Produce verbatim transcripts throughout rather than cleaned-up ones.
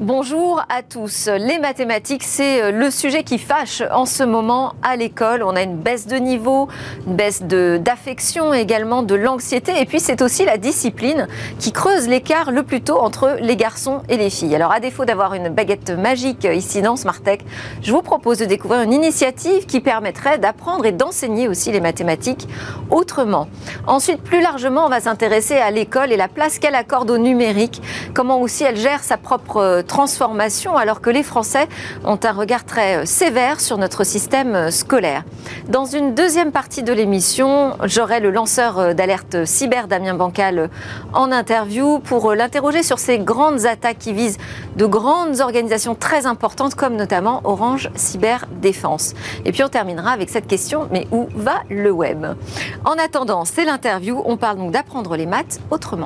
Bonjour à tous. Les mathématiques, c'est le sujet qui fâche en ce moment à l'école. On a une baisse de niveau, une baisse de, d'affection également, de l'anxiété. Et puis, c'est aussi la discipline qui creuse l'écart le plus tôt entre les garçons et les filles. Alors, à défaut d'avoir une baguette magique ici dans Smartech, je vous propose de découvrir une initiative qui permettrait d'apprendre et d'enseigner aussi les mathématiques autrement. Ensuite, plus largement, on va s'intéresser à l'école et la place qu'elle accorde au numérique. Comment aussi elle gère sa propre transformation, alors que les Français ont un regard très sévère sur notre système scolaire. Dans une deuxième partie de l'émission, j'aurai le lanceur d'alerte cyber Damien Bancal en interview pour l'interroger sur ces grandes attaques qui visent de grandes organisations très importantes comme notamment Orange Cyberdéfense. Et puis on terminera avec cette question, mais où va le web? En attendant, c'est l'interview, on parle donc d'apprendre les maths autrement.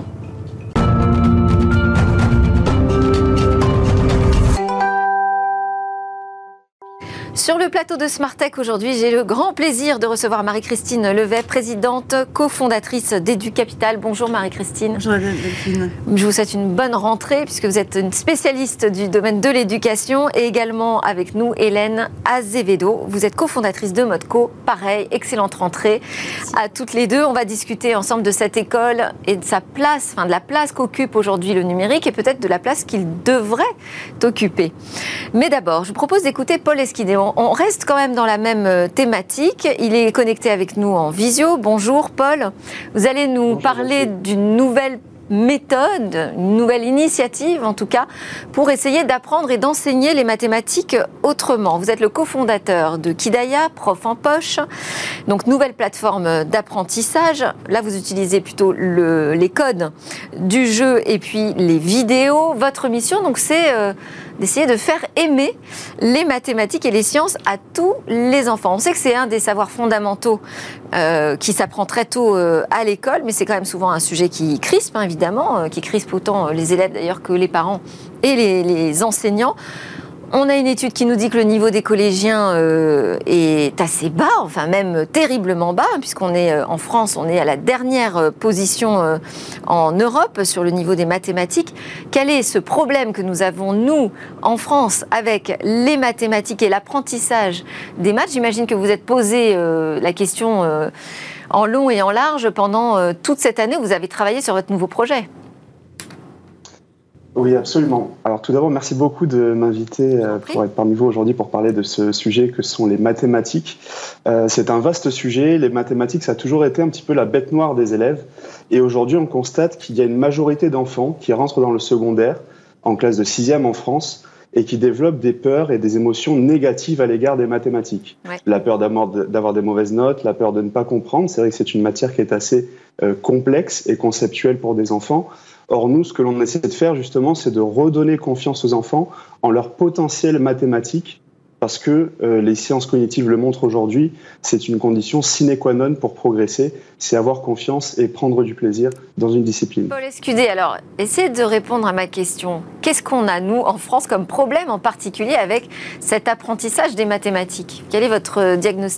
Sur le plateau de Smartech aujourd'hui, j'ai le grand plaisir de recevoir Marie-Christine Levet, présidente, cofondatrice d'EduCapital. Bonjour Marie-Christine. Bonjour Delphine. Je vous souhaite une bonne rentrée puisque vous êtes une spécialiste du domaine de l'éducation et également avec nous Hélène Azevedo. Vous êtes cofondatrice de Modco. Pareil, excellente rentrée à toutes les deux. On va discuter ensemble de cette école et de sa place, enfin de la place qu'occupe aujourd'hui le numérique et peut-être de la place qu'il devrait occuper. Mais d'abord, je vous propose d'écouter Paul Esquidéon. On reste quand même dans la même thématique. Il est connecté avec nous en visio. Bonjour Paul. Vous allez nous Bonjour, parler d'une nouvelle méthode, une nouvelle initiative en tout cas, pour essayer d'apprendre et d'enseigner les mathématiques autrement. Vous êtes le cofondateur de Kidaya, Prof en Poche, donc nouvelle plateforme d'apprentissage. Là, vous utilisez plutôt le, les codes du jeu et puis les vidéos. Votre mission, donc, c'est euh, d'essayer de faire aimer les mathématiques et les sciences à tous les enfants. On sait que c'est un des savoirs fondamentaux euh, qui s'apprend très tôt euh, à l'école, mais c'est quand même souvent un sujet qui crispe, hein, évidemment, euh, qui crispe autant les élèves d'ailleurs que les parents et les, les enseignants. On a une étude qui nous dit que le niveau des collégiens euh, est assez bas, enfin même terriblement bas, puisqu'on est euh, en France, on est à la dernière euh, position euh, en Europe sur le niveau des mathématiques. Quel est ce problème que nous avons, nous, en France, avec les mathématiques et l'apprentissage des maths? J'imagine que vous êtes posé euh, la question euh, en long et en large pendant euh, toute cette année où vous avez travaillé sur votre nouveau projet. Oui, absolument. Alors tout d'abord, merci beaucoup de m'inviter euh, pour être parmi vous aujourd'hui pour parler de ce sujet que sont les mathématiques. Euh, c'est un vaste sujet. Les mathématiques, ça a toujours été un petit peu la bête noire des élèves. Et aujourd'hui, on constate qu'il y a une majorité d'enfants qui rentrent dans le secondaire, en classe de sixième en France, et qui développent des peurs et des émotions négatives à l'égard des mathématiques. Ouais. La peur d'avoir des mauvaises notes, la peur de ne pas comprendre. C'est vrai que c'est une matière qui est assez euh, complexe et conceptuelle pour des enfants. Or, nous, ce que l'on essaie de faire, justement, c'est de redonner confiance aux enfants en leur potentiel mathématique, parce que euh, les sciences cognitives le montrent aujourd'hui, c'est une condition sine qua non pour progresser, c'est avoir confiance et prendre du plaisir dans une discipline. Paul Escudé, alors, essayez de répondre à ma question. Qu'est-ce qu'on a, nous, en France, comme problème en particulier avec cet apprentissage des mathématiques? Quel est votre diagnostic ?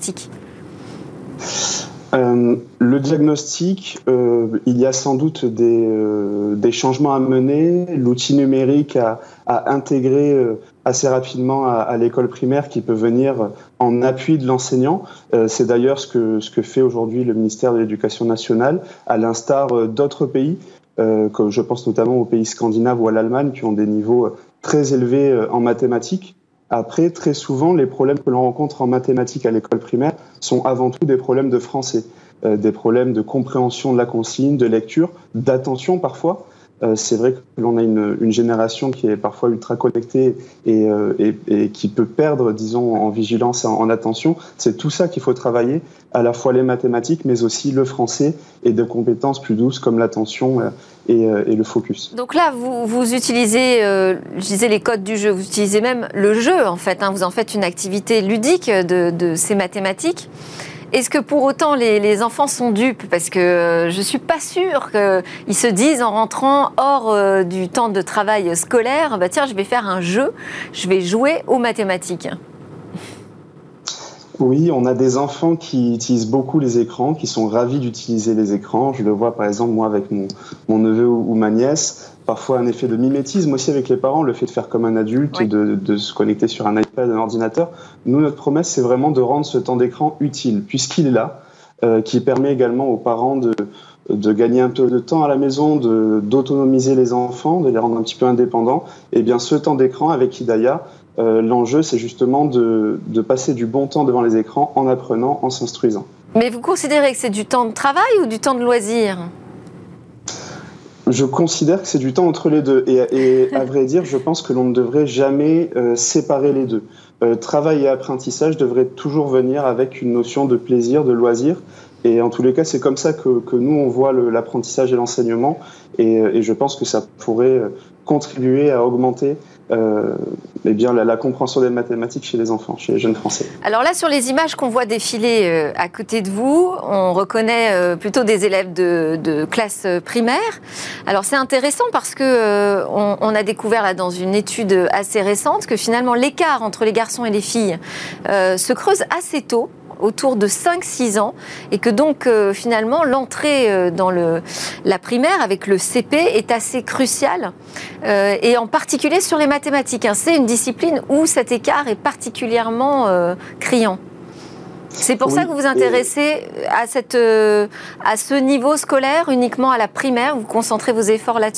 Euh, le diagnostic, euh, il y a sans doute des, euh, des changements à mener. L'outil numérique a, a intégré euh, assez rapidement à, à l'école primaire qui peut venir en appui de l'enseignant. Euh, c'est d'ailleurs ce que, ce que fait aujourd'hui le ministère de l'Éducation nationale, à l'instar euh, d'autres pays, euh, comme je pense notamment aux pays scandinaves ou à l'Allemagne, qui ont des niveaux très élevés euh, en mathématiques. Après, très souvent, les problèmes que l'on rencontre en mathématiques à l'école primaire sont avant tout des problèmes de français, euh, des problèmes de compréhension de la consigne, de lecture, d'attention parfois. Euh, c'est vrai que l'on a une, une génération qui est parfois ultra connectée et, euh, et, et qui peut perdre, disons, en vigilance et en, en attention. C'est tout ça qu'il faut travailler, à la fois les mathématiques, mais aussi le français et des compétences plus douces comme l'attention euh, et, euh, et le focus. Donc là, vous, vous utilisez, euh, je disais les codes du jeu, vous utilisez même le jeu en fait, hein, vous en faites une activité ludique de, de ces mathématiques. Est-ce que pour autant les, les enfants sont dupes? Parce que euh, je ne suis pas sûre qu'ils se disent en rentrant hors euh, du temps de travail scolaire, bah, tiens, je vais faire un jeu, je vais jouer aux mathématiques. Oui, on a des enfants qui utilisent beaucoup les écrans, qui sont ravis d'utiliser les écrans. Je le vois par exemple moi avec mon, mon neveu ou, ou ma nièce. Parfois un effet de mimétisme aussi avec les parents, le fait de faire comme un adulte, oui. de, de se connecter sur un iPad, un ordinateur. Nous, notre promesse, c'est vraiment de rendre ce temps d'écran utile, puisqu'il est là, euh, qui permet également aux parents de, de gagner un peu de temps à la maison, de, d'autonomiser les enfants, de les rendre un petit peu indépendants. Et bien ce temps d'écran avec Hidaya, Euh, l'enjeu, c'est justement de, de passer du bon temps devant les écrans en apprenant, en s'instruisant. Mais vous considérez que c'est du temps de travail ou du temps de loisir ? Je considère que c'est du temps entre les deux. Et, et à vrai dire, je pense que l'on ne devrait jamais euh, séparer les deux. Euh, travail et apprentissage devraient toujours venir avec une notion de plaisir, de loisir. Et en tous les cas, c'est comme ça que, que nous, on voit le, l'apprentissage et l'enseignement. Et, et je pense que ça pourrait contribuer à augmenter euh, eh bien, la, la compréhension des mathématiques chez les enfants, chez les jeunes Français. Alors là, sur les images qu'on voit défiler euh, à côté de vous, on reconnaît euh, plutôt des élèves de, de classe primaire. Alors c'est intéressant parce que euh, on, on a découvert là, dans une étude assez récente que finalement l'écart entre les garçons et les filles euh, se creuse assez tôt, autour de cinq six ans, et que donc euh, finalement l'entrée euh, dans le, la primaire avec le C P est assez cruciale, euh, et en particulier sur les mathématiques. Hein. C'est une discipline où cet écart est particulièrement euh, criant. C'est pour oui, ça que vous vous intéressez et... à, cette, euh, à ce niveau scolaire, uniquement à la primaire, vous concentrez vos efforts là-dessus ?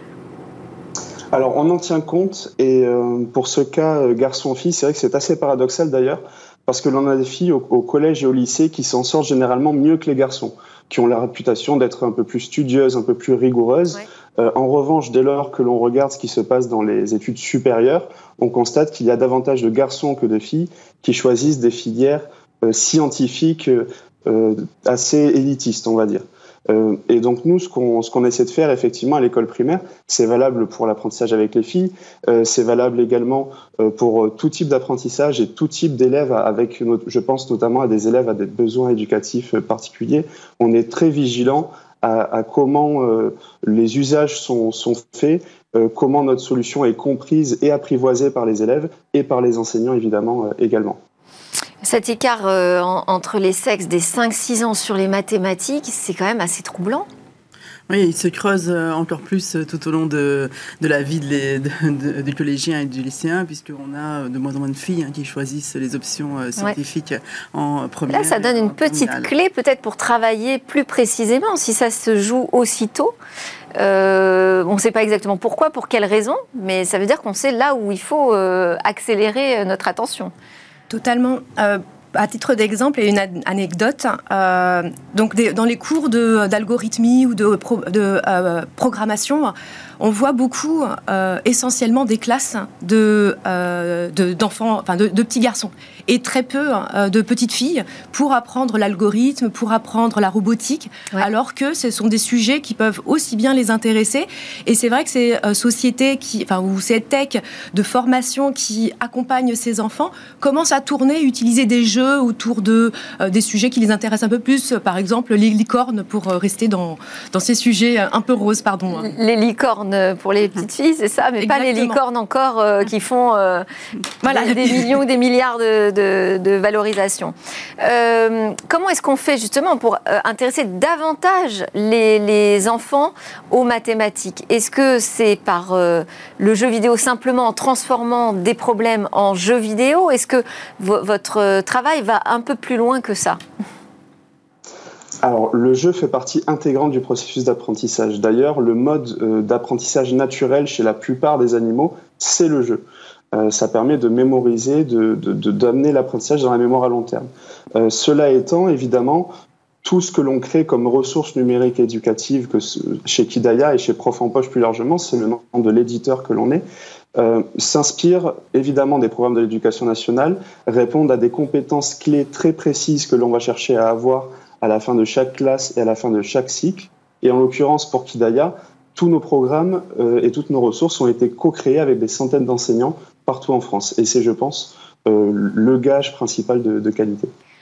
Alors on en tient compte, et euh, pour ce cas euh, garçon-fille, c'est vrai que c'est assez paradoxal d'ailleurs, parce que l'on a des filles au, au collège et au lycée qui s'en sortent généralement mieux que les garçons, qui ont la réputation d'être un peu plus studieuses, un peu plus rigoureuses. Ouais. Euh, en revanche, dès lors que l'on regarde ce qui se passe dans les études supérieures, on constate qu'il y a davantage de garçons que de filles qui choisissent des filières euh, scientifiques euh, assez élitistes, on va dire. Euh, et donc nous, ce qu'on, ce qu'on essaie de faire effectivement à l'école primaire, c'est valable pour l'apprentissage avec les filles, euh, c'est valable également euh, pour euh, tout type d'apprentissage et tout type d'élèves, avec, notre, je pense notamment à des élèves à des besoins éducatifs particuliers. On est très vigilant à, à comment euh, les usages sont, sont faits, euh, comment notre solution est comprise et apprivoisée par les élèves et par les enseignants évidemment euh, également. Cet écart euh, en, entre les sexes des cinq six ans sur les mathématiques, c'est quand même assez troublant. Oui, il se creuse encore plus tout au long de, de la vie de les, de, de, du collégien et du lycéen, puisqu'on a de moins en moins de filles hein, qui choisissent les options euh, scientifiques ouais. en première. Là, ça donne une petite terminale. Clé peut-être pour travailler plus précisément, si ça se joue aussitôt. Euh, on ne sait pas exactement pourquoi, pour quelles raisons, mais ça veut dire qu'on sait là où il faut euh, accélérer notre attention. Totalement. Euh, à titre d'exemple et une anecdote, euh, donc des, dans les cours de, d'algorithmie ou de, pro, de euh, programmation, on voit beaucoup, euh, essentiellement, des classes de, euh, de, d'enfants, enfin de, de petits garçons, et très peu euh, de petites filles pour apprendre l'algorithme, pour apprendre la robotique, ouais. alors que ce sont des sujets qui peuvent aussi bien les intéresser. Et c'est vrai que ces euh, sociétés, qui, enfin, ou ces tech de formation qui accompagnent ces enfants commencent à tourner, utiliser des jeux autour de, euh, des sujets qui les intéressent un peu plus, par exemple les licornes, pour euh, rester dans, dans ces sujets un peu roses, pardon. Les licornes pour les petites filles, c'est ça, mais exactement. Pas les licornes encore euh, qui font euh, voilà. des, des millions ou des milliards de, de, de valorisation. Euh, comment est-ce qu'on fait justement pour euh, intéresser davantage les, les enfants aux mathématiques ? Est-ce que c'est par euh, le jeu vidéo simplement en transformant des problèmes en jeux vidéo ? Est-ce que v- votre travail va un peu plus loin que ça ? Alors, le jeu fait partie intégrante du processus d'apprentissage. D'ailleurs, le mode euh, d'apprentissage naturel chez la plupart des animaux, c'est le jeu. Euh, ça permet de mémoriser, de, de, de, d'amener l'apprentissage dans la mémoire à long terme. Euh, cela étant, évidemment, tout ce que l'on crée comme ressources numériques éducatives que chez Hidaya et chez Prof en Poche plus largement, c'est le nom de l'éditeur que l'on est, euh, s'inspire évidemment des programmes de l'éducation nationale, répondent à des compétences clés très précises que l'on va chercher à avoir à la fin de chaque classe et à la fin de chaque cycle. Et en l'occurrence, pour Hidaya, tous nos programmes euh, et toutes nos ressources ont été co-créés avec des centaines d'enseignants partout en France. Et c'est, je pense, euh, le gage principal de, de qualité.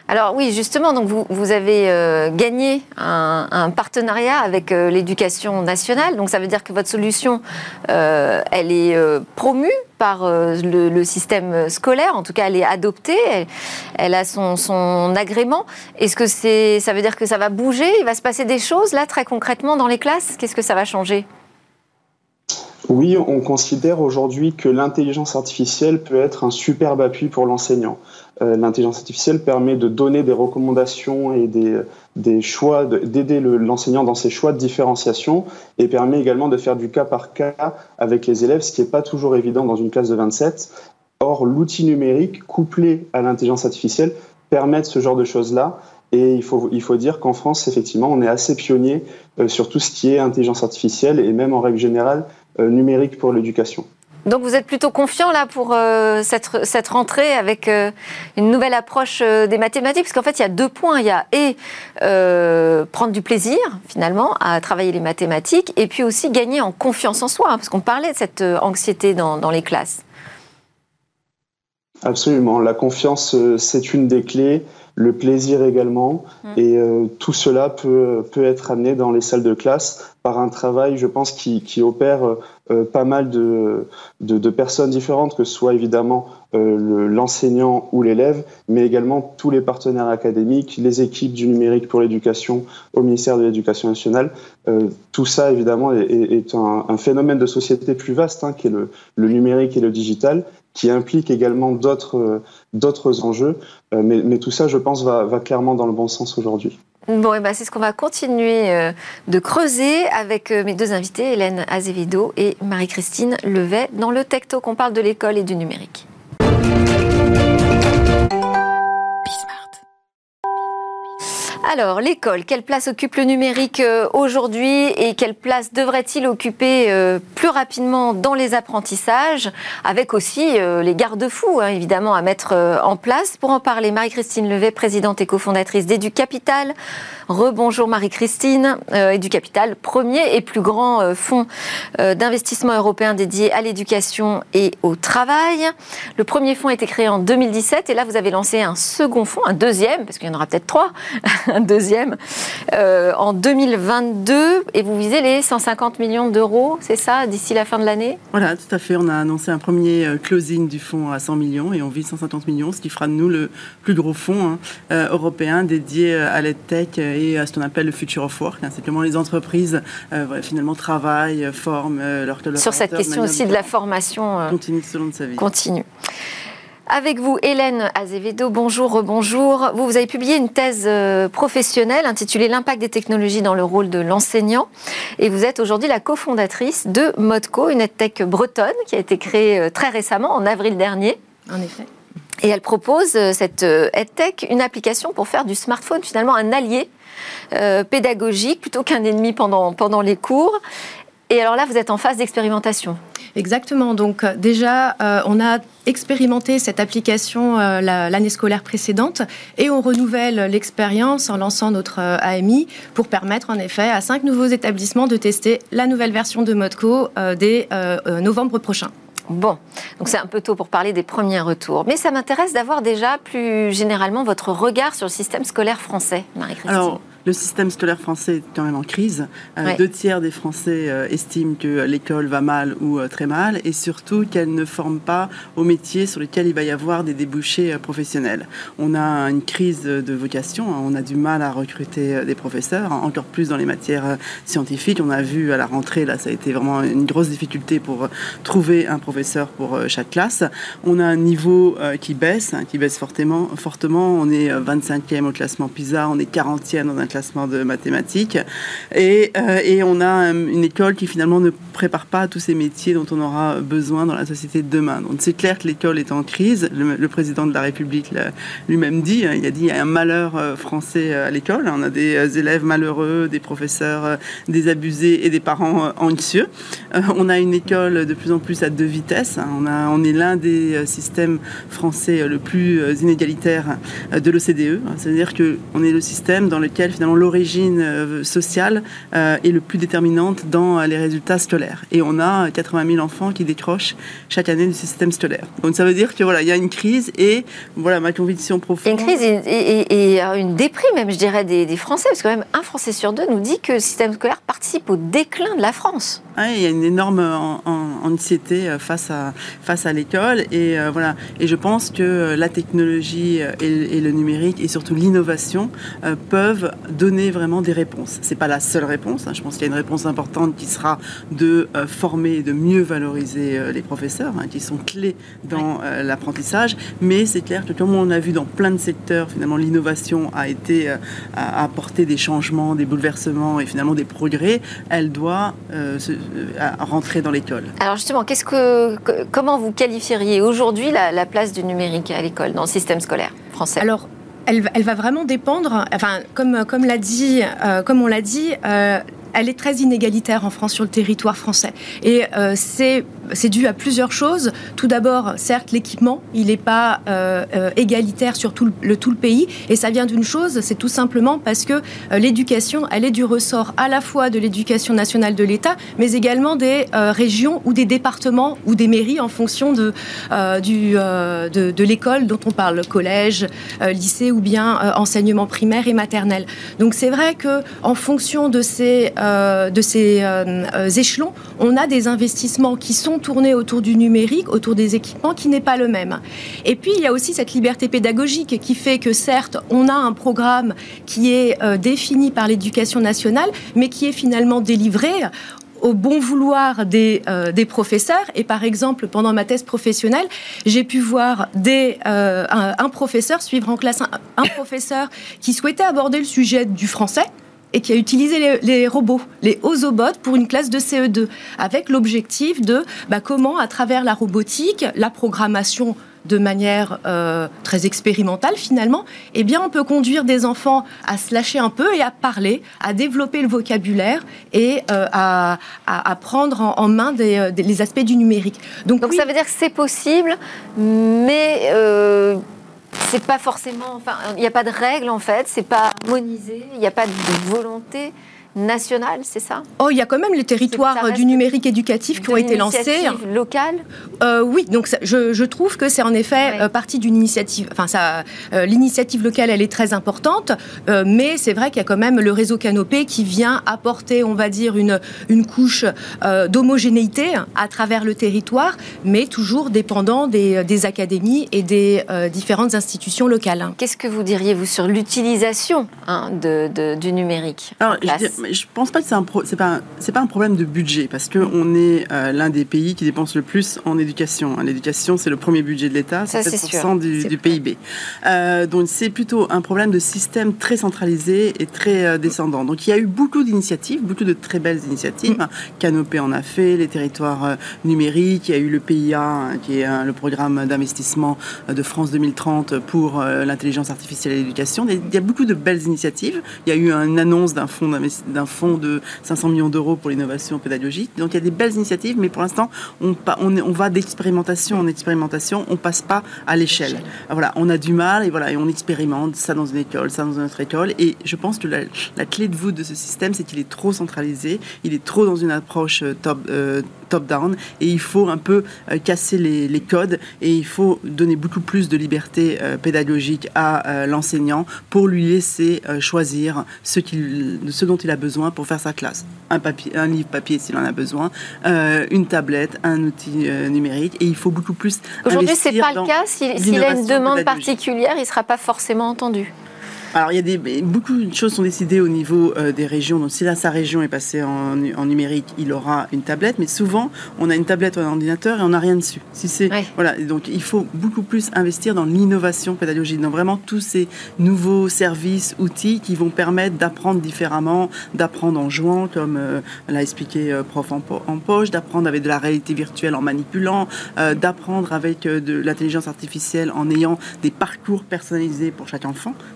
Alors oui, justement, donc vous, vous avez euh, gagné un, un partenariat avec euh, l'éducation nationale. Donc ça veut dire que votre solution, euh, elle est euh, promue par euh, le, le système scolaire. En tout cas, elle est adoptée. Elle, elle a son, son agrément. Est-ce que c'est, ça veut dire que ça va bouger? Il va se passer des choses là très concrètement dans les classes? Qu'est-ce que ça va changer? Oui, on considère aujourd'hui que l'intelligence artificielle peut être un superbe appui pour l'enseignant. Euh, l'intelligence artificielle permet de donner des recommandations et des, des choix, de, d'aider le, l'enseignant dans ses choix de différenciation et permet également de faire du cas par cas avec les élèves, ce qui n'est pas toujours évident dans une classe de vingt-sept. Or, l'outil numérique couplé à l'intelligence artificielle permet ce genre de choses-là. Et il faut, il faut dire qu'en France, effectivement, on est assez pionnier euh, sur tout ce qui est intelligence artificielle et même en règle générale euh, numérique pour l'éducation. Donc vous êtes plutôt confiant là pour euh, cette, cette rentrée avec euh, une nouvelle approche euh, des mathématiques, parce qu'en fait il y a deux points, il y a et euh, prendre du plaisir finalement à travailler les mathématiques et puis aussi gagner en confiance en soi, hein, parce qu'on parlait de cette euh, anxiété dans, dans les classes. Absolument, la confiance euh, c'est une des clés. Le plaisir également, mmh. et euh, tout cela peut, peut être amené dans les salles de classe par un travail, je pense, qui, qui opère euh, pas mal de, de, de personnes différentes, que ce soit évidemment euh, le, l'enseignant ou l'élève, mais également tous les partenaires académiques, les équipes du numérique pour l'éducation au ministère de l'Éducation nationale. Euh, tout ça, évidemment, est, est un, un phénomène de société plus vaste, hein, qui est le, le numérique et le digital, qui implique également d'autres, euh, d'autres enjeux. Euh, mais, mais tout ça, je pense, va, va clairement dans le bon sens aujourd'hui. Bon, et ben c'est ce qu'on va continuer euh, de creuser avec euh, mes deux invités, Hélène Azevedo et Marie-Christine Levet, dans le Tech Talk. On parle de l'école et du numérique. Alors, l'école, quelle place occupe le numérique euh, aujourd'hui et quelle place devrait-il occuper euh, plus rapidement dans les apprentissages, avec aussi euh, les garde-fous, hein, évidemment, à mettre euh, en place. Pour en parler, Marie-Christine Levet, présidente et cofondatrice d'Educapital. Rebonjour Marie-Christine. Euh, Educapital, premier et plus grand euh, fonds euh, d'investissement européen dédié à l'éducation et au travail. Le premier fonds a été créé en deux mille dix-sept et là, vous avez lancé un second fonds, un deuxième, parce qu'il y en aura peut-être trois, un deuxième, euh, en deux mille vingt-deux, et vous visez les cent cinquante millions d'euros, c'est ça, d'ici la fin de l'année? Voilà, tout à fait. On a annoncé un premier closing du fonds à cent millions, et on vise cent cinquante millions, ce qui fera de nous le plus gros fonds hein, euh, européen dédié à l'EdTech et à ce qu'on appelle le Future of Work. Hein, c'est comment les entreprises euh, voilà, finalement travaillent, forment euh, leurs collaborateurs. Sur cette question aussi de la formation euh, continue tout au long de sa vie. Continue. Avec vous, Hélène Azevedo, bonjour, rebonjour. Vous, vous avez publié une thèse euh, professionnelle intitulée « L'impact des technologies dans le rôle de l'enseignant » et vous êtes aujourd'hui la cofondatrice de Modco, une EdTech bretonne qui a été créée euh, très récemment, en avril dernier. En effet. Et elle propose, euh, cette euh, EdTech, une application pour faire du smartphone finalement un allié euh, pédagogique plutôt qu'un ennemi pendant, pendant les cours. Et alors là, vous êtes en phase d'expérimentation. Exactement. Donc euh, déjà, euh, on a expérimenté cette application euh, la, l'année scolaire précédente et on renouvelle l'expérience en lançant notre euh, A M I pour permettre en effet à cinq nouveaux établissements de tester la nouvelle version de Modco euh, dès euh, euh, novembre prochain. Bon, donc c'est un peu tôt pour parler des premiers retours. Mais ça m'intéresse d'avoir déjà plus généralement votre regard sur le système scolaire français, Marie-Christine. Alors, le système scolaire français est quand même en crise. Euh, ouais. Deux tiers des Français euh, estiment que l'école va mal ou euh, très mal, et surtout qu'elle ne forme pas aux métiers sur lesquels il va y avoir des débouchés euh, professionnels. On a une crise de vocation, hein, on a du mal à recruter euh, des professeurs, hein, encore plus dans les matières euh, scientifiques. On a vu à la rentrée, là, ça a été vraiment une grosse difficulté pour euh, trouver un professeur pour euh, chaque classe. On a un niveau euh, qui baisse, hein, qui baisse fortement, fortement. On est euh, vingt-cinquième au classement PISA, on est quarantième dans un classement de mathématiques et, euh, et on a une école qui finalement ne prépare pas à tous ces métiers dont on aura besoin dans la société de demain. Donc c'est clair que l'école est en crise. Le, le président de la République l'a lui-même dit, hein, il a dit il y a un malheur euh, français à l'école. On a des euh, élèves malheureux, des professeurs euh, désabusés et des parents euh, anxieux. Euh, on a une école de plus en plus à deux vitesses. Hein. On, a, on est l'un des euh, systèmes français euh, le plus euh, inégalitaire euh, de l'O C D E. Hein. C'est-à-dire qu'on est le système dans lequel finalement finalement l'origine euh, sociale euh, est le plus déterminante dans euh, les résultats scolaires. Et on a quatre-vingt mille enfants qui décrochent chaque année du système scolaire. Donc ça veut dire que voilà, il y a une crise et voilà ma conviction profonde. Une crise et, et, et une déprime même, je dirais, des, des Français, parce que même un Français sur deux nous dit que le système scolaire participe au déclin de la France. Ah, il y a une énorme en, en, anxiété face à face à l'école et euh, voilà. Et je pense que la technologie et, et le numérique et surtout l'innovation euh, peuvent donner vraiment des réponses. C'est pas la seule réponse. Hein. Je pense qu'il y a une réponse importante qui sera de euh, former et de mieux valoriser euh, les professeurs, hein, qui sont clés dans euh, l'apprentissage. Mais c'est clair que comme on a vu dans plein de secteurs, finalement l'innovation a été euh, a apporté des changements, des bouleversements et finalement des progrès. Elle doit euh, se à rentrer dans l'école. Alors justement, qu'est-ce que, que, comment vous qualifieriez aujourd'hui la, la place du numérique à l'école, dans le système scolaire français ? Alors, elle, elle va vraiment dépendre, enfin, comme, comme, l'a dit, euh, comme on l'a dit, euh, elle est très inégalitaire en France, sur le territoire français. Et euh, c'est, c'est dû à plusieurs choses. Tout d'abord, certes, l'équipement, il n'est pas euh, euh, égalitaire sur tout le, tout le pays. Et ça vient d'une chose, c'est tout simplement parce que euh, l'éducation, elle est du ressort à la fois de l'éducation nationale de l'État, mais également des euh, régions ou des départements ou des mairies en fonction de, euh, du, euh, de, de l'école dont on parle, collège, euh, lycée ou bien euh, enseignement primaire et maternel. Donc c'est vrai qu'en fonction de ces... Euh, de ces euh, échelons, on a des investissements qui sont tournés autour du numérique, autour des équipements, qui n'est pas le même. Et puis, il y a aussi cette liberté pédagogique qui fait que, certes, on a un programme qui est euh, défini par l'éducation nationale, mais qui est finalement délivré au bon vouloir des, euh, des professeurs. Et par exemple, pendant ma thèse professionnelle, j'ai pu voir des, euh, un, un professeur suivre en classe un, un professeur qui souhaitait aborder le sujet du français, et qui a utilisé les, les robots, les Ozobots, pour une classe de C E deux, avec l'objectif de bah, comment, à travers la robotique, la programmation de manière euh, très expérimentale finalement, eh bien, on peut conduire des enfants à se lâcher un peu et à parler, à développer le vocabulaire et euh, à, à, à prendre en, en main des, des, les aspects du numérique. Donc, Donc oui, ça veut dire que c'est possible, mais... Euh... c'est pas forcément, enfin, il n'y a pas de règles en fait, c'est pas harmonisé, il n'y a pas de volonté nationale, c'est ça ? Oh, il y a quand même les territoires du numérique éducatif qui ont été lancés. Initiative locale ? euh, Oui, donc ça, je, je trouve que c'est en effet ouais. euh, partie d'une initiative. Enfin, ça, euh, l'initiative locale, elle est très importante, euh, mais c'est vrai qu'il y a quand même le réseau Canopé qui vient apporter, on va dire, une, une couche euh, d'homogénéité à travers le territoire, mais toujours dépendant des, des académies et des euh, différentes institutions locales. Qu'est-ce que vous diriez, vous, sur l'utilisation hein, de, de, du numérique ? Alors, je ne pense pas que c'est un, pro, c'est pas un, c'est pas un problème de budget, parce qu'on est euh, l'un des pays qui dépense le plus en éducation. L'éducation, c'est le premier budget de l'État, c'est sept pour cent du, du P I B. Euh, donc c'est plutôt un problème de système très centralisé et très euh, descendant. Donc il y a eu beaucoup d'initiatives, beaucoup de très belles initiatives. Mmh. Canopé en a fait, les territoires euh, numériques, il y a eu le P I A, hein, qui est euh, le programme d'investissement euh, de France deux mille trente pour euh, l'intelligence artificielle et l'éducation. Il y a beaucoup de belles initiatives. Il y a eu une annonce d'un fonds d'investissement d'un fonds de cinq cents millions d'euros pour l'innovation pédagogique. Donc il y a des belles initiatives, mais pour l'instant, on, on, on va d'expérimentation en expérimentation, on ne passe pas à l'échelle. Voilà, on a du mal et, voilà, et on expérimente ça dans une école, ça dans une autre école. Et je pense que la, la clé de voûte de ce système, c'est qu'il est trop centralisé, il est trop dans une approche top, euh, top-down, et il faut un peu euh, casser les, les codes, et il faut donner beaucoup plus de liberté euh, pédagogique à euh, l'enseignant pour lui laisser euh, choisir ce, qu'il, ce dont il a besoin pour faire sa classe. Un, papier, un livre papier s'il en a besoin, euh, une tablette, un outil euh, numérique, et il faut beaucoup plus Aujourd'hui, investir c'est pas dans le cas. S'il, s'il a une demande particulière, il ne sera pas forcément entendu. Alors, il y a des, beaucoup de choses sont décidées au niveau euh, des régions. Donc, si là, sa région est passée en, en numérique, il aura une tablette. Mais souvent, on a une tablette ou un ordinateur et on n'a rien dessus. Si c'est, ouais. Voilà, donc, il faut beaucoup plus investir dans l'innovation pédagogique, dans vraiment tous ces nouveaux services, outils qui vont permettre d'apprendre différemment, d'apprendre en jouant, comme euh, l'a expliqué euh, Prof en, po- en poche, d'apprendre avec de la réalité virtuelle en manipulant, euh, d'apprendre avec euh, de l'intelligence artificielle en ayant des parcours personnalisés pour chaque enfant. C'est vraiment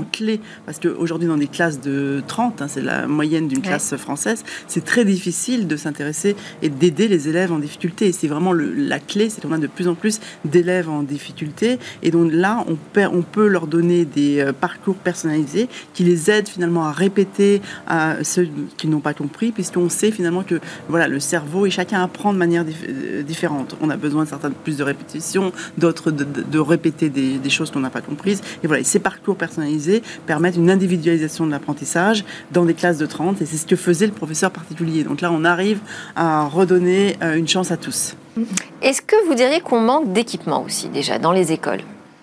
clé, parce qu'aujourd'hui, dans des classes de trente, hein, c'est la moyenne d'une classe ouais. française, c'est très difficile de s'intéresser et d'aider les élèves en difficulté. Et c'est vraiment le, la clé, c'est qu'on a de plus en plus d'élèves en difficulté. Et donc là, on, per, on peut leur donner des euh, parcours personnalisés qui les aident finalement à répéter à ceux qui n'ont pas compris, puisqu'on sait finalement que voilà, le cerveau et chacun apprend de manière dif- différente. On a besoin de certaines plus de répétitions, d'autres de, de, de répéter des, des choses qu'on n'a pas comprises. Et voilà, et ces parcours personnalisés permettent une individualisation de l'apprentissage dans des classes de trente, et c'est ce que faisait le professeur particulier. Donc là, on arrive à redonner euh, une chance à tous. Est-ce que vous diriez qu'on manque d'équipements aussi déjà dans les écoles ?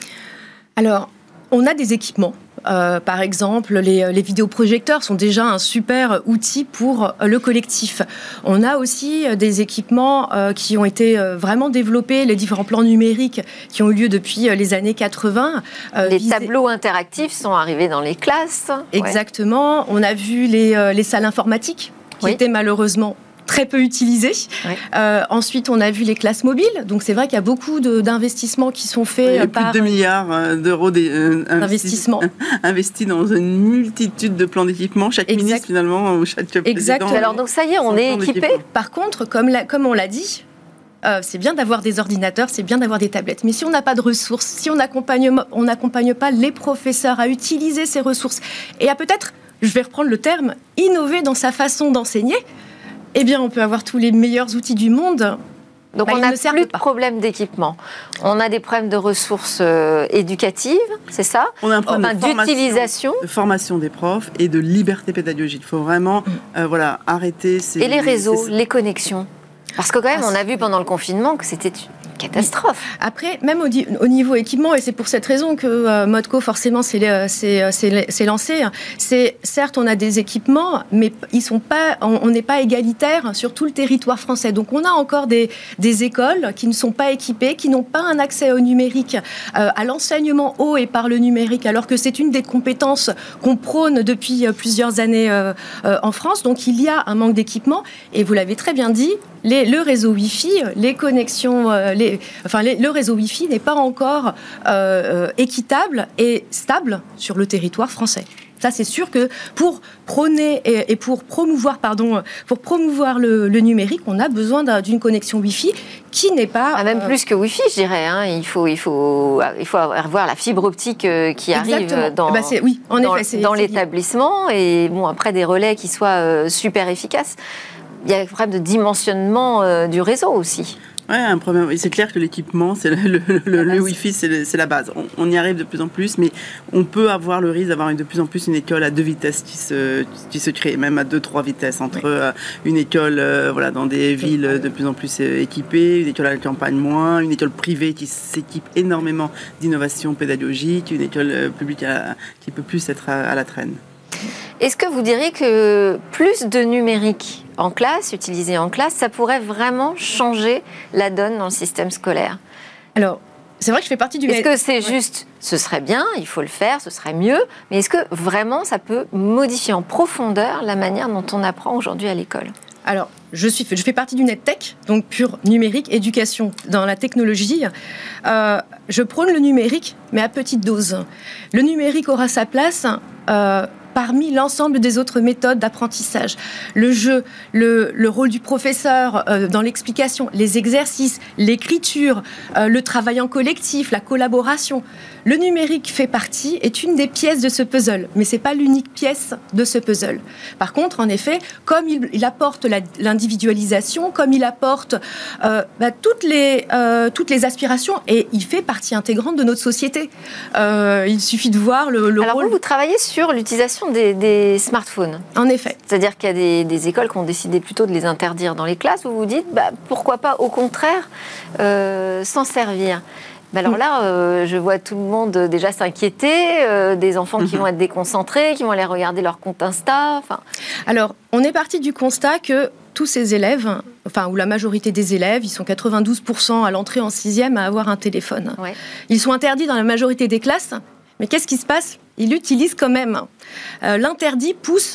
Alors, on a des équipements. Euh, par exemple, les, les vidéoprojecteurs sont déjà un super outil pour le collectif. On a aussi des équipements euh, qui ont été vraiment développés, les différents plans numériques qui ont eu lieu depuis les années quatre-vingts. Euh, les visés... tableaux interactifs sont arrivés dans les classes. Exactement. Ouais. On a vu les, les salles informatiques qui oui. étaient malheureusement très peu utilisées. Oui. Euh, ensuite, on a vu les classes mobiles. Donc, c'est vrai qu'il y a beaucoup de, d'investissements qui sont faits. Il y a par... plus de deux milliards d'euros d'investissements investis dans une multitude de plans d'équipement. Chaque exact. ministre, finalement, ou chaque président. Exactement. Alors, donc, ça y est, on est équipé. Par contre, comme, la, comme on l'a dit, Euh, c'est bien d'avoir des ordinateurs, c'est bien d'avoir des tablettes. Mais si on n'a pas de ressources, si on n'accompagne pas les professeurs à utiliser ces ressources et à peut-être, je vais reprendre le terme, innover dans sa façon d'enseigner, eh bien, on peut avoir tous les meilleurs outils du monde. Donc, bah, on n'a plus de problème d'équipement. On a des problèmes de ressources euh, éducatives, c'est ça ? On a un problème enfin, de formation, d'utilisation. de formation des profs et de liberté pédagogique. Il faut vraiment mmh. euh, voilà, arrêter ces... Et les réseaux, ces... les connexions ? Parce que quand même, on a vu pendant le confinement que c'était une catastrophe. Oui. Après, même au, di- au niveau équipement, et c'est pour cette raison que euh, Modco, forcément, s'est, s'est, s'est, s'est lancé, c'est, certes, on a des équipements, mais ils sont pas, on n'est pas égalitaire sur tout le territoire français. Donc, on a encore des, des écoles qui ne sont pas équipées, qui n'ont pas un accès au numérique, euh, à l'enseignement haut et par le numérique, alors que c'est une des compétences qu'on prône depuis euh, plusieurs années euh, euh, en France. Donc, il y a un manque d'équipement, et vous l'avez très bien dit, les, le réseau Wi-Fi, les connexions, euh, les, enfin les, le réseau Wi-Fi n'est pas encore euh, équitable et stable sur le territoire français. Ça, c'est sûr que pour prôner et, et pour promouvoir, pardon, pour promouvoir le, le numérique, on a besoin d'un, d'une connexion Wi-Fi qui n'est pas... Ah, même euh... plus que Wi-Fi, je dirais. Hein. Il faut, il faut, il faut avoir la fibre optique qui Exactement. arrive dans, bah c'est, oui, en dans, effet, c'est, dans c'est l'établissement et bon, après des relais qui soient euh, super efficaces. Il y a un problème de dimensionnement euh, du réseau aussi. Oui, un problème. C'est clair que l'équipement, c'est le, le, le, le Wi-Fi, c'est, le, c'est la base. On, on y arrive de plus en plus, mais on peut avoir le risque d'avoir de plus en plus une école à deux vitesses qui se, qui se crée, même à deux, trois vitesses, entre oui. euh, une école euh, voilà, dans des villes de plus en plus euh, équipées, une école à la campagne moins, une école privée qui s'équipe énormément d'innovation pédagogique, une école euh, publique à, qui peut plus être à, à la traîne. Est-ce que vous diriez que plus de numérique en classe, utilisé en classe, ça pourrait vraiment changer la donne dans le système scolaire ? Alors, c'est vrai que je fais partie du... Est-ce que c'est juste, ce serait bien, il faut le faire, ce serait mieux, mais est-ce que vraiment ça peut modifier en profondeur la manière dont on apprend aujourd'hui à l'école ? Alors, je, suis, je fais partie du NetTech, donc pure numérique, éducation dans la technologie. Euh, je prône le numérique, mais à petite dose. Le numérique aura sa place... Euh, parmi l'ensemble des autres méthodes d'apprentissage. Le jeu, le, le rôle du professeur euh, dans l'explication, les exercices, l'écriture, euh, le travail en collectif, la collaboration. Le numérique fait partie, est une des pièces de ce puzzle, mais ce n'est pas l'unique pièce de ce puzzle. Par contre, en effet, comme il, il apporte la, l'individualisation, comme il apporte euh, bah, toutes, les, euh, toutes les aspirations, et il fait partie intégrante de notre société. Euh, il suffit de voir le, le Alors rôle... Alors vous, vous travaillez sur l'utilisation Des, des smartphones. En effet. C'est-à-dire qu'il y a des, des écoles qui ont décidé plutôt de les interdire dans les classes, où vous vous dites, bah, pourquoi pas au contraire euh, s'en servir. Bah alors là, euh, je vois tout le monde déjà s'inquiéter, euh, des enfants qui vont être déconcentrés, qui vont aller regarder leur compte Insta. Enfin... Alors, on est parti du constat que tous ces élèves, enfin, ou la majorité des élèves, ils sont quatre-vingt-douze pour cent à l'entrée en sixième à avoir un téléphone. Ouais. Ils sont interdits dans la majorité des classes, mais qu'est-ce qui se passe ? Ils l'utilisent quand même. Euh, l'interdit pousse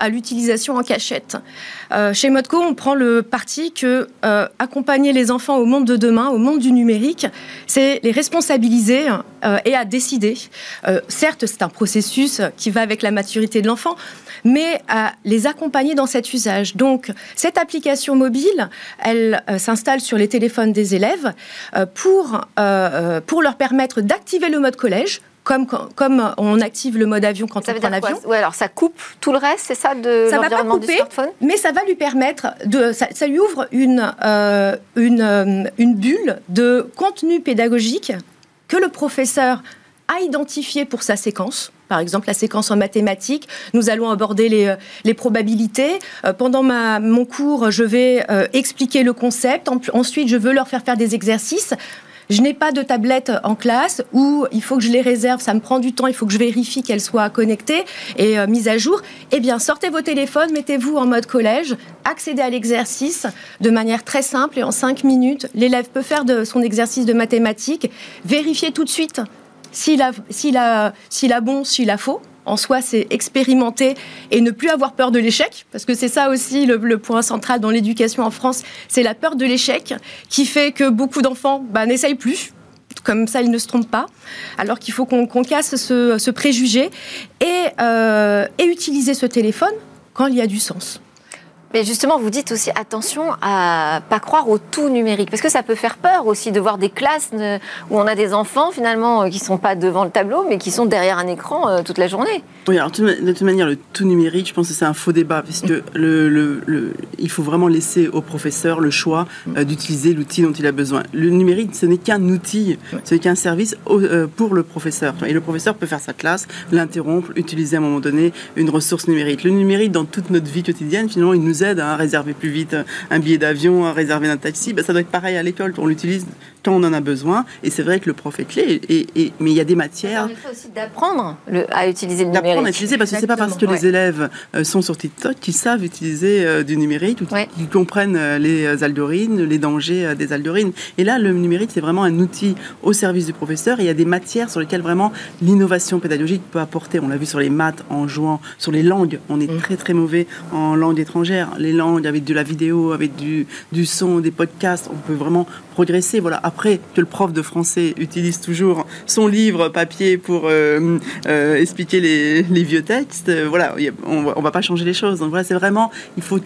à l'utilisation en cachette. Euh, chez Modco, on prend le parti que euh, accompagner les enfants au monde de demain, au monde du numérique, c'est les responsabiliser euh, et à décider. Euh, certes, c'est un processus qui va avec la maturité de l'enfant, mais à les accompagner dans cet usage. Donc, cette application mobile, elle euh, s'installe sur les téléphones des élèves euh, pour, euh, pour leur permettre d'activer le mode collège, Comme, comme on active le mode avion quand ça on prend l'avion. Ouais, alors ça coupe tout le reste, c'est ça, de ça l'environnement va pas couper, du smartphone ? Mais ça va lui permettre, de, ça, ça lui ouvre une, euh, une, une bulle de contenu pédagogique que le professeur a identifié pour sa séquence. Par exemple, la séquence en mathématiques, nous allons aborder les, les probabilités. Euh, pendant ma, mon cours, je vais euh, expliquer le concept. En, ensuite, je veux leur faire faire des exercices. Je n'ai pas de tablette en classe où il faut que je les réserve, ça me prend du temps, il faut que je vérifie qu'elles soient connectées et euh, mises à jour. Eh bien, sortez vos téléphones, mettez-vous en mode collège, accédez à l'exercice de manière très simple et en cinq minutes, l'élève peut faire de son exercice de mathématiques, vérifier tout de suite s'il a, s'il a, s'il a bon, s'il a faux. En soi, c'est expérimenter et ne plus avoir peur de l'échec, parce que c'est ça aussi le, le point central dans l'éducation en France, c'est la peur de l'échec qui fait que beaucoup d'enfants bah, n'essayent plus, comme ça ils ne se trompent pas, alors qu'il faut qu'on, qu'on casse ce, ce préjugé et, euh, et utiliser ce téléphone quand il y a du sens. Mais justement, vous dites aussi attention à pas croire au tout numérique, parce que ça peut faire peur aussi de voir des classes où on a des enfants finalement qui sont pas devant le tableau, mais qui sont derrière un écran toute la journée. Oui, alors de toute manière, le tout numérique, je pense que c'est un faux débat, puisque le, le, le, il faut vraiment laisser au professeur le choix euh, d'utiliser l'outil dont il a besoin. Le numérique, ce n'est qu'un outil, ce n'est qu'un service au, euh, pour le professeur. Et le professeur peut faire sa classe, l'interrompre, utiliser à un moment donné une ressource numérique. Le numérique, dans toute notre vie quotidienne, finalement, il nous aide à réserver plus vite un billet d'avion, à réserver un taxi. Ben, ça doit être pareil à l'école. On l'utilise quand on en a besoin. Et c'est vrai que le prof est clé. Et, et, mais il y a des matières... Il faut aussi d'apprendre le, à utiliser le numérique. D'apprendre à utiliser, parce que c'est pas parce que ouais. les élèves euh, sont sur TikTok qu'ils savent utiliser euh, du numérique ou qu'ils ouais. comprennent euh, les algorithmes, les dangers euh, des algorithmes. Et là, le numérique, c'est vraiment un outil au service du professeur. Et il y a des matières sur lesquelles vraiment l'innovation pédagogique peut apporter. On l'a vu sur les maths, en jouant, sur les langues. On est mmh. très très mauvais en langue étrangère. Les langues avec de la vidéo, avec du, du son, des podcasts, on peut vraiment progresser. Voilà. Après, que le prof de français utilise toujours son livre papier pour euh, euh, expliquer les, les vieux textes, euh, voilà, on ne va pas changer les choses. Donc voilà, c'est vraiment, il faut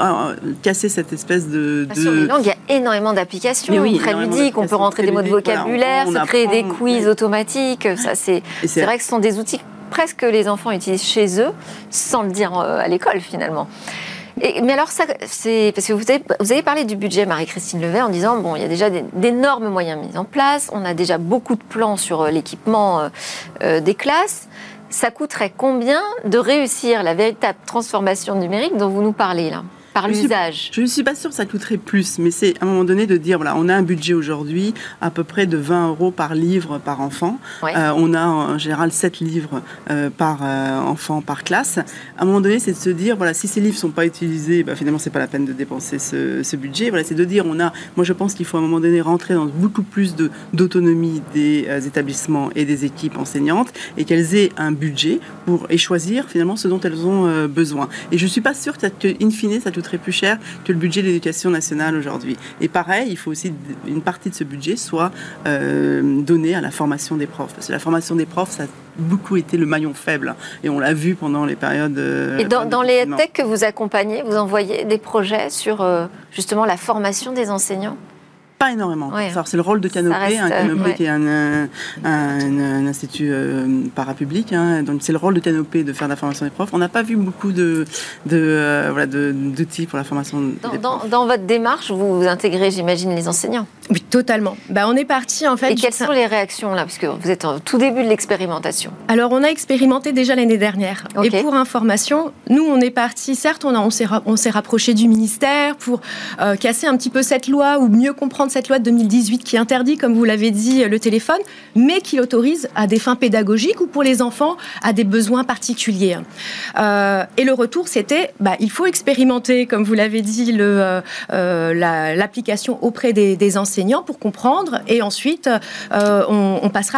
casser cette espèce de... de... Sur les langues, il y a énormément d'applications oui, très ludiques. On peut rentrer des mots de vocabulaire, voilà, se créer apprend, des quiz oui. automatiques. Ça, c'est, c'est, c'est vrai que ce sont des outils presque que les enfants utilisent chez eux, sans le dire à l'école finalement. Et, mais alors, ça, c'est parce que vous avez, vous avez parlé du budget, Marie-Christine Levet, en disant bon, il y a déjà des, d'énormes moyens mis en place, on a déjà beaucoup de plans sur l'équipement euh, euh, des classes. Ça coûterait combien de réussir la véritable transformation numérique dont vous nous parlez là ? Par je l'usage. Suis, je ne suis pas sûre que ça coûterait plus, mais c'est à un moment donné de dire, voilà, on a un budget aujourd'hui à peu près de vingt euros par livre par enfant. Ouais. Euh, on a en général sept livres euh, par euh, enfant par classe. À un moment donné, c'est de se dire, voilà, si ces livres ne sont pas utilisés, bah, finalement, ce n'est pas la peine de dépenser ce, ce budget. Voilà, c'est de dire, on a, moi je pense qu'il faut à un moment donné rentrer dans beaucoup plus de, d'autonomie des euh, établissements et des équipes enseignantes et qu'elles aient un budget pour et choisir finalement ce dont elles ont euh, besoin. Et je ne suis pas sûre que, in fine, ça coûterait plus cher que le budget de l'éducation nationale aujourd'hui. Et pareil, il faut aussi une partie de ce budget soit euh, donnée à la formation des profs. Parce que la formation des profs, ça a beaucoup été le maillon faible. Et on l'a vu pendant les périodes... Euh, Et dans, dans les EdTech que vous accompagnez, vous envoyez des projets sur euh, justement la formation des enseignants ? Pas énormément. Ouais. Alors, c'est le rôle de Canopé, reste, hein, Canopé ouais. qui est un, un, un, un institut euh, parapublic. Hein, donc c'est le rôle de Canopé de faire la formation des profs. On n'a pas vu beaucoup de, de, euh, voilà, de, d'outils pour la formation dans, des dans, profs. Dans votre démarche, vous, vous intégrez, j'imagine, les enseignants. Oui, totalement. Bah, on est parti en fait. Et quelles sont les réactions là, parce que vous êtes au tout début de l'expérimentation. Alors on a expérimenté déjà l'année dernière. Okay. Et pour information, nous on est parti. Certes, on, a, on, s'est, on s'est rapproché du ministère pour euh, casser un petit peu cette loi ou mieux comprendre cette loi de deux mille dix-huit qui interdit, comme vous l'avez dit, le téléphone, mais qui l'autorise à des fins pédagogiques ou pour les enfants à des besoins particuliers. Euh, et le retour, c'était, bah, il faut expérimenter, comme vous l'avez dit, le, euh, la, l'application auprès des, des enseignants pour comprendre et ensuite euh, on, on passera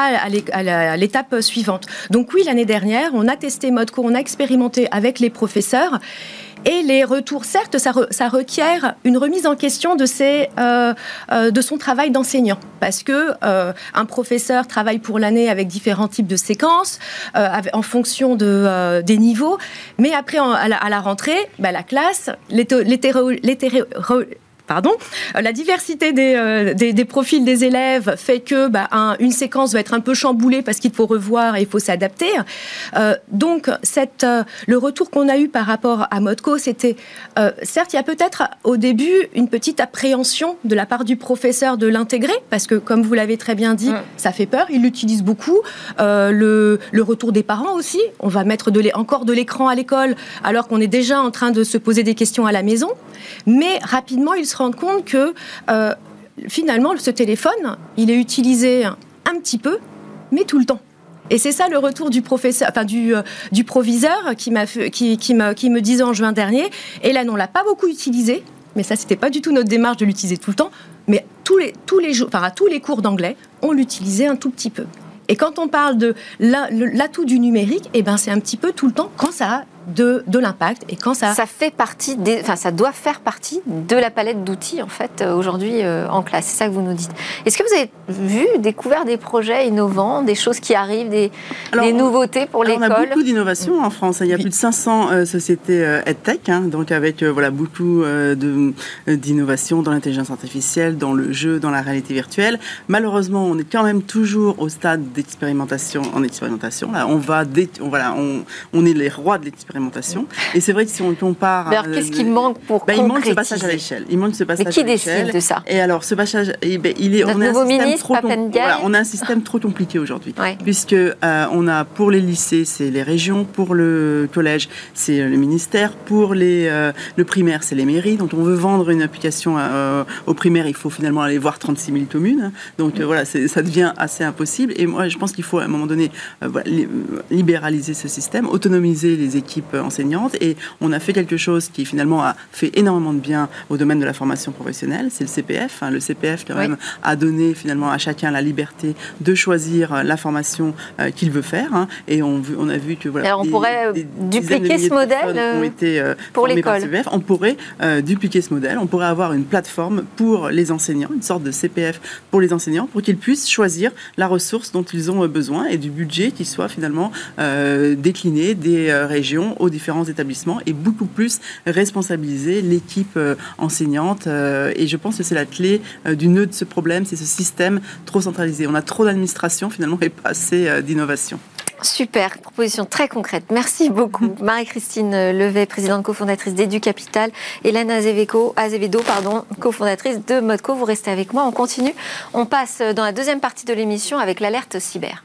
à l'étape suivante. Donc oui, l'année dernière, on a testé ModCo, on a expérimenté avec les professeurs. Et les retours, certes, ça, re, ça requiert une remise en question de, ses, euh, euh, de son travail d'enseignant. Parce que euh, un professeur travaille pour l'année avec différents types de séquences, euh, en fonction de, euh, des niveaux. Mais après, en, à, la, à la rentrée, bah, la classe, l'hétéro... l'hétéro, l'hétéro Pardon, la diversité des, euh, des, des profils des élèves fait que bah, un, une séquence va être un peu chamboulée parce qu'il faut revoir et il faut s'adapter. Euh, donc, cette, euh, le retour qu'on a eu par rapport à ModCo, c'était, euh, certes, il y a peut-être au début une petite appréhension de la part du professeur de l'intégrer, parce que, comme vous l'avez très bien dit, mmh. ça fait peur, il l'utilise beaucoup. Euh, le, le retour des parents aussi, on va mettre de encore de l'écran à l'école, alors qu'on est déjà en train de se poser des questions à la maison. Mais rapidement, il se rendre compte que euh, finalement, ce téléphone, il est utilisé un petit peu, mais tout le temps. Et c'est ça le retour du professeur, enfin du, euh, du proviseur qui, m'a fait, qui, qui, me, qui me disait en juin dernier. Et là, on ne l'a pas beaucoup utilisé, mais ça, c'était pas du tout notre démarche de l'utiliser tout le temps. Mais tous les, tous les jours, enfin, à tous les cours d'anglais, on l'utilisait un tout petit peu. Et quand on parle de l'atout du numérique, eh ben, c'est un petit peu tout le temps quand ça a de, de l'impact et quand ça... Ça fait partie, des, enfin ça doit faire partie de la palette d'outils en fait aujourd'hui euh, en classe, c'est ça que vous nous dites. Est-ce que vous avez vu, découvert des projets innovants, des choses qui arrivent, des, alors, des nouveautés pour l'école? On a beaucoup d'innovations en France, il y a oui. plus de cinq cents euh, sociétés euh, EdTech, hein, donc avec euh, voilà, beaucoup euh, de, euh, d'innovations dans l'intelligence artificielle, dans le jeu, dans la réalité virtuelle. Malheureusement, on est quand même toujours au stade d'expérimentation en expérimentation. Là, on, va dé- on, voilà, on, on est les rois de l'expérimentation. Et c'est vrai que si on compare... Alors, qu'est-ce qui manque pour bah, concrétiser? Il manque ce passage à l'échelle. Il manque ce passage Mais qui à l'échelle. décide de ça? Et alors, ce passage... Eh ben, il est, Notre on, a nouveau un ministre, trop com- voilà, on a un système trop compliqué aujourd'hui. Ouais. Puisque euh, on a, pour les lycées, c'est les régions. Pour le collège, c'est le ministère. Pour les, euh, le primaire, c'est les mairies. Donc, on veut vendre une application euh, au primaire, il faut finalement aller voir trente-six mille communes. Donc, euh, voilà, c'est, ça devient assez impossible. Et moi, je pense qu'il faut, à un moment donné, euh, voilà, libéraliser ce système, autonomiser les équipes enseignantes. Et on a fait quelque chose qui finalement a fait énormément de bien au domaine de la formation professionnelle, c'est le C P F. Hein. Le C P F quand oui. même a donné finalement à chacun la liberté de choisir la formation euh, qu'il veut faire. Hein. Et on, on a vu que voilà. Alors on des, pourrait des dupliquer ce modèle ont été, euh, pour l'école. C P F. On pourrait euh, dupliquer ce modèle. On pourrait avoir une plateforme pour les enseignants, une sorte de C P F pour les enseignants, pour qu'ils puissent choisir la ressource dont ils ont besoin et du budget qui soit finalement euh, décliné des euh, régions aux différents établissements et beaucoup plus responsabiliser l'équipe euh, enseignante. Euh, et je pense que c'est la clé euh, du nœud de ce problème, c'est ce système trop centralisé. On a trop d'administration finalement et pas assez euh, d'innovation. Super, proposition très concrète. Merci beaucoup. Marie-Christine Levet, présidente cofondatrice d'EduCapital. Hélène Azevedo, Azevedo pardon, cofondatrice de ModCo. Vous restez avec moi, on continue. On passe dans la deuxième partie de l'émission avec l'alerte cyber.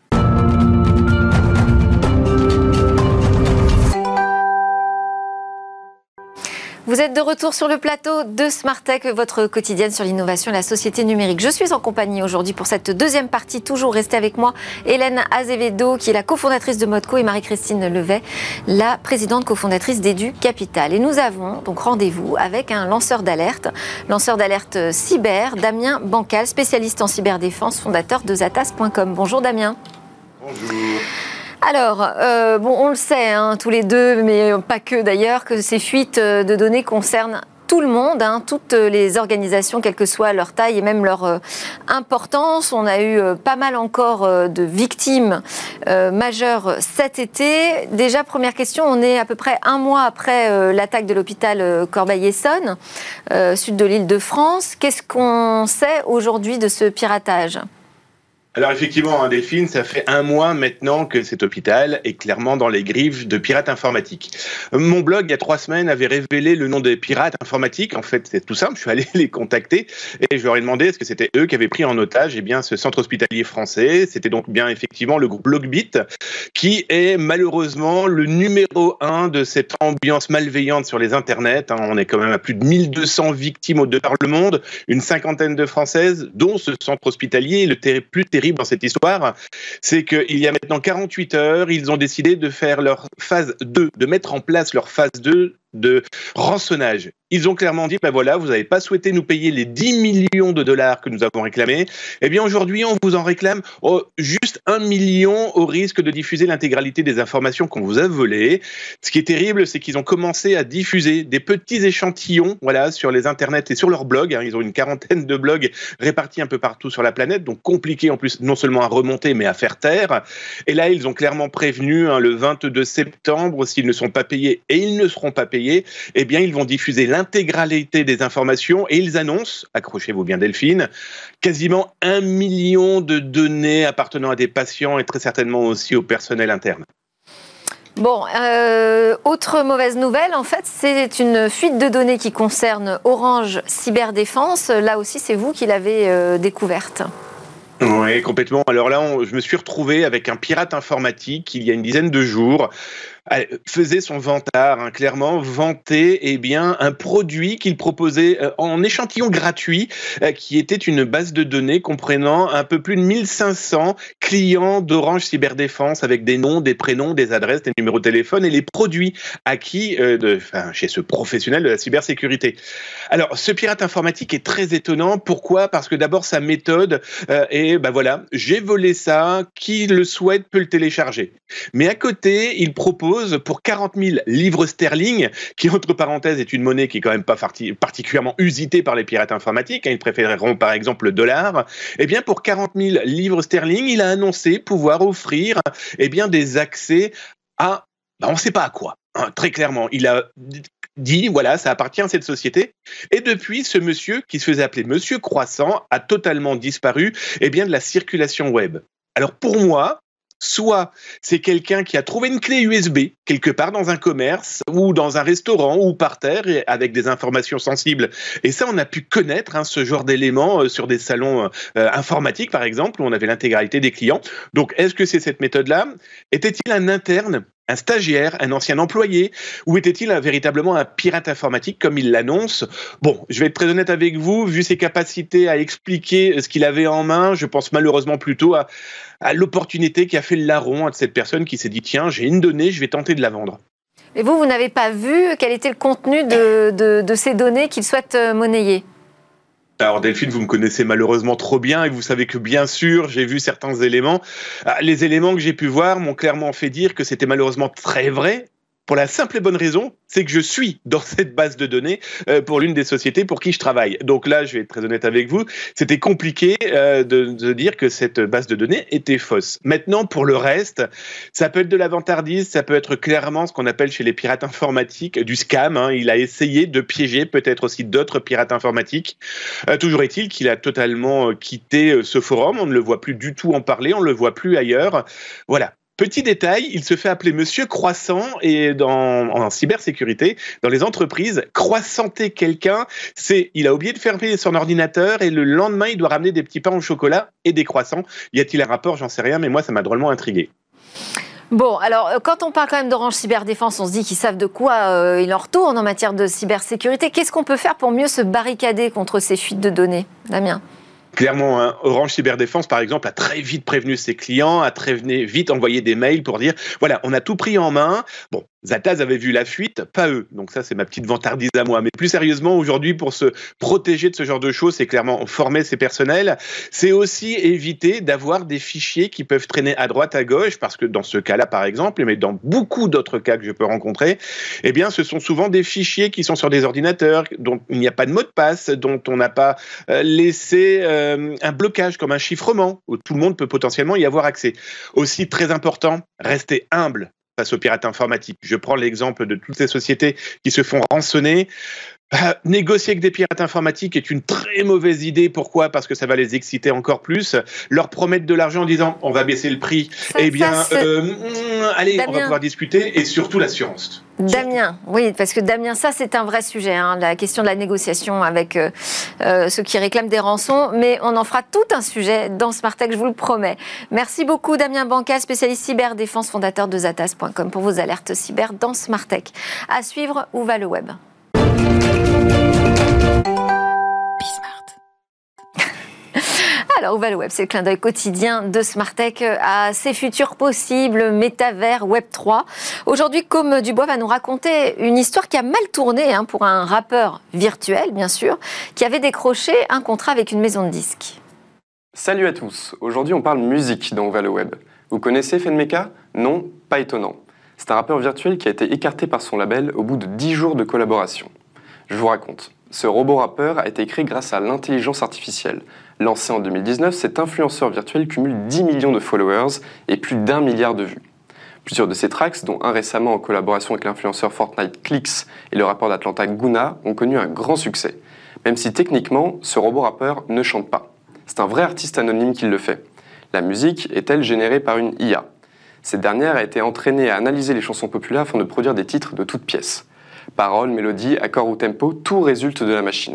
Vous êtes de retour sur le plateau de Smartech, votre quotidienne sur l'innovation et la société numérique. Je suis en compagnie aujourd'hui pour cette deuxième partie. Toujours restez avec moi, Hélène Azevedo, qui est la cofondatrice de ModCo, et Marie-Christine Levet, la présidente cofondatrice d'EduCapital. Et nous avons donc rendez-vous avec un lanceur d'alerte, lanceur d'alerte cyber, Damien Bancal, spécialiste en cyberdéfense, fondateur de Zatas point com. Bonjour Damien. Bonjour. Alors, euh, bon, on le sait, hein, tous les deux, mais pas que d'ailleurs, que ces fuites de données concernent tout le monde, hein, toutes les organisations, quelle que soit leur taille et même leur euh, importance. On a eu euh, pas mal encore euh, de victimes euh, majeures cet été. Déjà, première question, on est à peu près un mois après euh, l'attaque de l'hôpital euh, Corbeil-Essonnes, euh, sud de l'Île-de-France. Qu'est-ce qu'on sait aujourd'hui de ce piratage ? Alors effectivement, hein, Delphine, ça fait un mois maintenant que cet hôpital est clairement dans les griffes de pirates informatiques. Mon blog, il y a trois semaines, avait révélé le nom des pirates informatiques. En fait, c'est tout simple, je suis allé les contacter et je leur ai demandé est-ce que c'était eux qui avaient pris en otage eh bien, ce centre hospitalier français. C'était donc bien effectivement le groupe Logbit, qui est malheureusement le numéro un de cette ambiance malveillante sur les internets. On est quand même à plus de mille deux cents victimes au delà du monde, une cinquantaine de Françaises, dont ce centre hospitalier. Le ter- plus terrible dans cette histoire, c'est qu'il y a maintenant quarante-huit heures, ils ont décidé de faire leur phase deux, de mettre en place leur phase deux de rançonnage. Ils ont clairement dit, ben voilà, vous n'avez pas souhaité nous payer les dix millions de dollars que nous avons réclamés. Eh bien, aujourd'hui, on vous en réclame oh, juste un million au risque de diffuser l'intégralité des informations qu'on vous a volées. Ce qui est terrible, c'est qu'ils ont commencé à diffuser des petits échantillons, voilà, sur les internets et sur leurs blogs. Hein. Ils ont une quarantaine de blogs répartis un peu partout sur la planète, donc compliqué en plus, non seulement à remonter, mais à faire taire. Et là, ils ont clairement prévenu, hein, le vingt-deux septembre, s'ils ne sont pas payés, et ils ne seront pas payés, eh bien, ils vont diffuser l'intégralité des informations et ils annoncent, accrochez-vous bien Delphine, quasiment un million de données appartenant à des patients et très certainement aussi au personnel interne. Bon, euh, autre mauvaise nouvelle, en fait, c'est une fuite de données qui concerne Orange Cyberdéfense. Là aussi, c'est vous qui l'avez euh, découverte. Oui, complètement. Alors là, on, je me suis retrouvé avec un pirate informatique il y a une dizaine de jours. Elle faisait son vantard, hein, clairement, vantait eh bien, un produit qu'il proposait euh, en échantillon gratuit, euh, qui était une base de données comprenant un peu plus de mille cinq cents clients d'Orange Cyberdéfense avec des noms, des prénoms, des adresses, des numéros de téléphone et les produits acquis euh, de, enfin, chez ce professionnel de la cybersécurité. Alors, ce pirate informatique est très étonnant. Pourquoi ? Parce que d'abord, sa méthode euh, est, ben voilà, j'ai volé ça, qui le souhaite peut le télécharger. Mais à côté, il propose pour quarante mille livres sterling, qui entre parenthèses est une monnaie qui est quand même pas particulièrement usitée par les pirates informatiques, hein, ils préféreront par exemple le dollar, eh bien pour quarante mille livres sterling, il a annoncé pouvoir offrir eh bien des accès à, ben on ne sait pas à quoi, hein, très clairement, il a dit, voilà, ça appartient à cette société. Et depuis, ce monsieur, qui se faisait appeler Monsieur Croissant, a totalement disparu eh bien, de la circulation web. Alors pour moi, soit c'est quelqu'un qui a trouvé une clé U S B quelque part dans un commerce ou dans un restaurant ou par terre et avec des informations sensibles. Et ça, on a pu connaître hein, ce genre d'éléments euh, sur des salons euh, informatiques, par exemple, où on avait l'intégralité des clients. Donc, est-ce que c'est cette méthode-là ? Était-il un interne ? Un stagiaire, un ancien employé, ou était-il un, véritablement un pirate informatique comme il l'annonce ? Bon, je vais être très honnête avec vous, vu ses capacités à expliquer ce qu'il avait en main, je pense malheureusement plutôt à, à l'opportunité qui a fait le larron de cette personne qui s'est dit « Tiens, j'ai une donnée, je vais tenter de la vendre ». Et vous, vous n'avez pas vu quel était le contenu de, de, de ces données qu'il souhaite monnayer ? Alors Delphine, vous me connaissez malheureusement trop bien et vous savez que bien sûr, j'ai vu certains éléments. Les éléments que j'ai pu voir m'ont clairement fait dire que c'était malheureusement très vrai. Pour la simple et bonne raison, c'est que je suis dans cette base de données euh, pour l'une des sociétés pour qui je travaille. Donc là, je vais être très honnête avec vous, c'était compliqué euh, de, de dire que cette base de données était fausse. Maintenant, pour le reste, ça peut être de la vantardise, ça peut être clairement ce qu'on appelle chez les pirates informatiques du scam. Hein. Il a essayé de piéger peut-être aussi d'autres pirates informatiques. Euh, toujours est-il qu'il a totalement euh, quitté euh, ce forum, on ne le voit plus du tout en parler, on ne le voit plus ailleurs. Voilà. Petit détail, il se fait appeler Monsieur Croissant et dans, en cybersécurité, dans les entreprises, croissanter quelqu'un, c'est il a oublié de fermer son ordinateur et le lendemain, il doit ramener des petits pains au chocolat et des croissants. Y a-t-il un rapport ? J'en sais rien, mais moi, ça m'a drôlement intrigué. Bon, alors, quand on parle quand même d'Orange Cyberdéfense, on se dit qu'ils savent de quoi euh, il en retourne en matière de cybersécurité. Qu'est-ce qu'on peut faire pour mieux se barricader contre ces fuites de données, Damien ? Clairement, hein, Orange Cyberdéfense, par exemple, a très vite prévenu ses clients, a très vite envoyé des mails pour dire, voilà, on a tout pris en main. Bon, Zataz avait vu la fuite, pas eux. Donc ça, c'est ma petite vantardise à moi. Mais plus sérieusement, aujourd'hui, pour se protéger de ce genre de choses, c'est clairement former ses personnels. C'est aussi éviter d'avoir des fichiers qui peuvent traîner à droite, à gauche, parce que dans ce cas-là, par exemple, mais dans beaucoup d'autres cas que je peux rencontrer, eh bien, ce sont souvent des fichiers qui sont sur des ordinateurs, dont il n'y a pas de mot de passe, dont on n'a pas euh, laissé euh, un blocage comme un chiffrement, où tout le monde peut potentiellement y avoir accès. Aussi, très important, restez humble face aux pirates informatiques. Je prends l'exemple de toutes ces sociétés qui se font rançonner. Euh, négocier avec des pirates informatiques est une très mauvaise idée. Pourquoi ? Parce que ça va les exciter encore plus. Leur promettre de l'argent en disant on va baisser le prix. Ça, eh bien, ça, euh, mm, allez, Damien. On va pouvoir discuter. Et surtout l'assurance. Damien, oui, parce que Damien, ça c'est un vrai sujet, hein, la question de la négociation avec euh, euh, ceux qui réclament des rançons. Mais on en fera tout un sujet dans Smartech, je vous le promets. Merci beaucoup Damien Bancal, spécialiste cyberdéfense, fondateur de Zataz point com pour vos alertes cyber dans Smartech. À suivre, où va le web ? Alors, Ouvale Web, c'est le clin d'œil quotidien de Smartech à ses futurs possibles, métavers, Web trois. Aujourd'hui, Côme Dubois va nous raconter une histoire qui a mal tourné hein, pour un rappeur virtuel, bien sûr, qui avait décroché un contrat avec une maison de disques. Salut à tous, aujourd'hui on parle musique dans Ouvale Web. Vous connaissez Fenmeca? Non, pas étonnant. C'est un rappeur virtuel qui a été écarté par son label au bout de dix jours de collaboration. Je vous raconte. Ce robot rappeur a été créé grâce à l'intelligence artificielle. Lancé en deux mille dix-neuf, cet influenceur virtuel cumule dix millions de followers et plus d'un milliard de vues. Plusieurs de ses tracks, dont un récemment en collaboration avec l'influenceur Fortnite Clicks et le rappeur d'Atlanta Guna, ont connu un grand succès. Même si techniquement, ce robot rappeur ne chante pas. C'est un vrai artiste anonyme qui le fait. La musique est-elle générée par une I A? Cette dernière a été entraînée à analyser les chansons populaires afin de produire des titres de toutes pièces. Paroles, mélodies, accords ou tempo, tout résulte de la machine.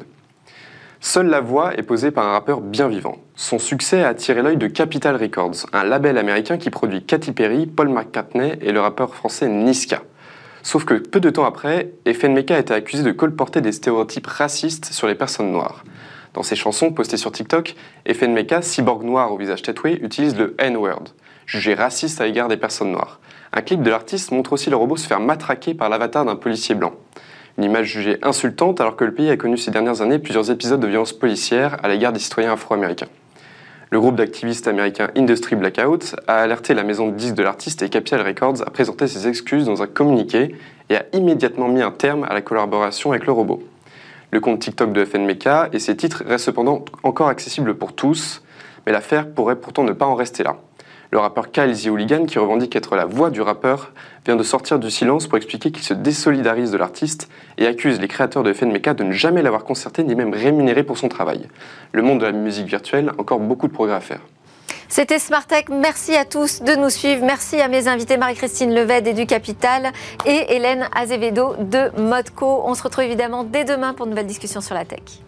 Seule la voix est posée par un rappeur bien vivant. Son succès a attiré l'œil de Capitol Records, un label américain qui produit Katy Perry, Paul McCartney et le rappeur français Niska. Sauf que peu de temps après, Fenmeca a été accusé de colporter des stéréotypes racistes sur les personnes noires. Dans ses chansons postées sur TikTok, Fenmeca, cyborg noir au visage tatoué, utilise le N-word, jugé raciste à l'égard des personnes noires. Un clip de l'artiste montre aussi le robot se faire matraquer par l'avatar d'un policier blanc. Une image jugée insultante alors que le pays a connu ces dernières années plusieurs épisodes de violences policières à l'égard des citoyens afro-américains. Le groupe d'activistes américains Industry Blackout a alerté la maison de disques de l'artiste et Capitol Records a présenté ses excuses dans un communiqué et a immédiatement mis un terme à la collaboration avec le robot. Le compte TikTok de Fenmeca et ses titres restent cependant encore accessibles pour tous, mais l'affaire pourrait pourtant ne pas en rester là. Le rappeur Kyle The Hooligan, qui revendique être la voix du rappeur, vient de sortir du silence pour expliquer qu'il se désolidarise de l'artiste et accuse les créateurs de Fenmeca de ne jamais l'avoir concerté ni même rémunéré pour son travail. Le monde de la musique virtuelle a encore beaucoup de progrès à faire. C'était Smartech. Merci à tous de nous suivre. Merci à mes invités Marie-Christine Leved du Capital et Hélène Azevedo de Modco. On se retrouve évidemment dès demain pour une nouvelle discussion sur la tech.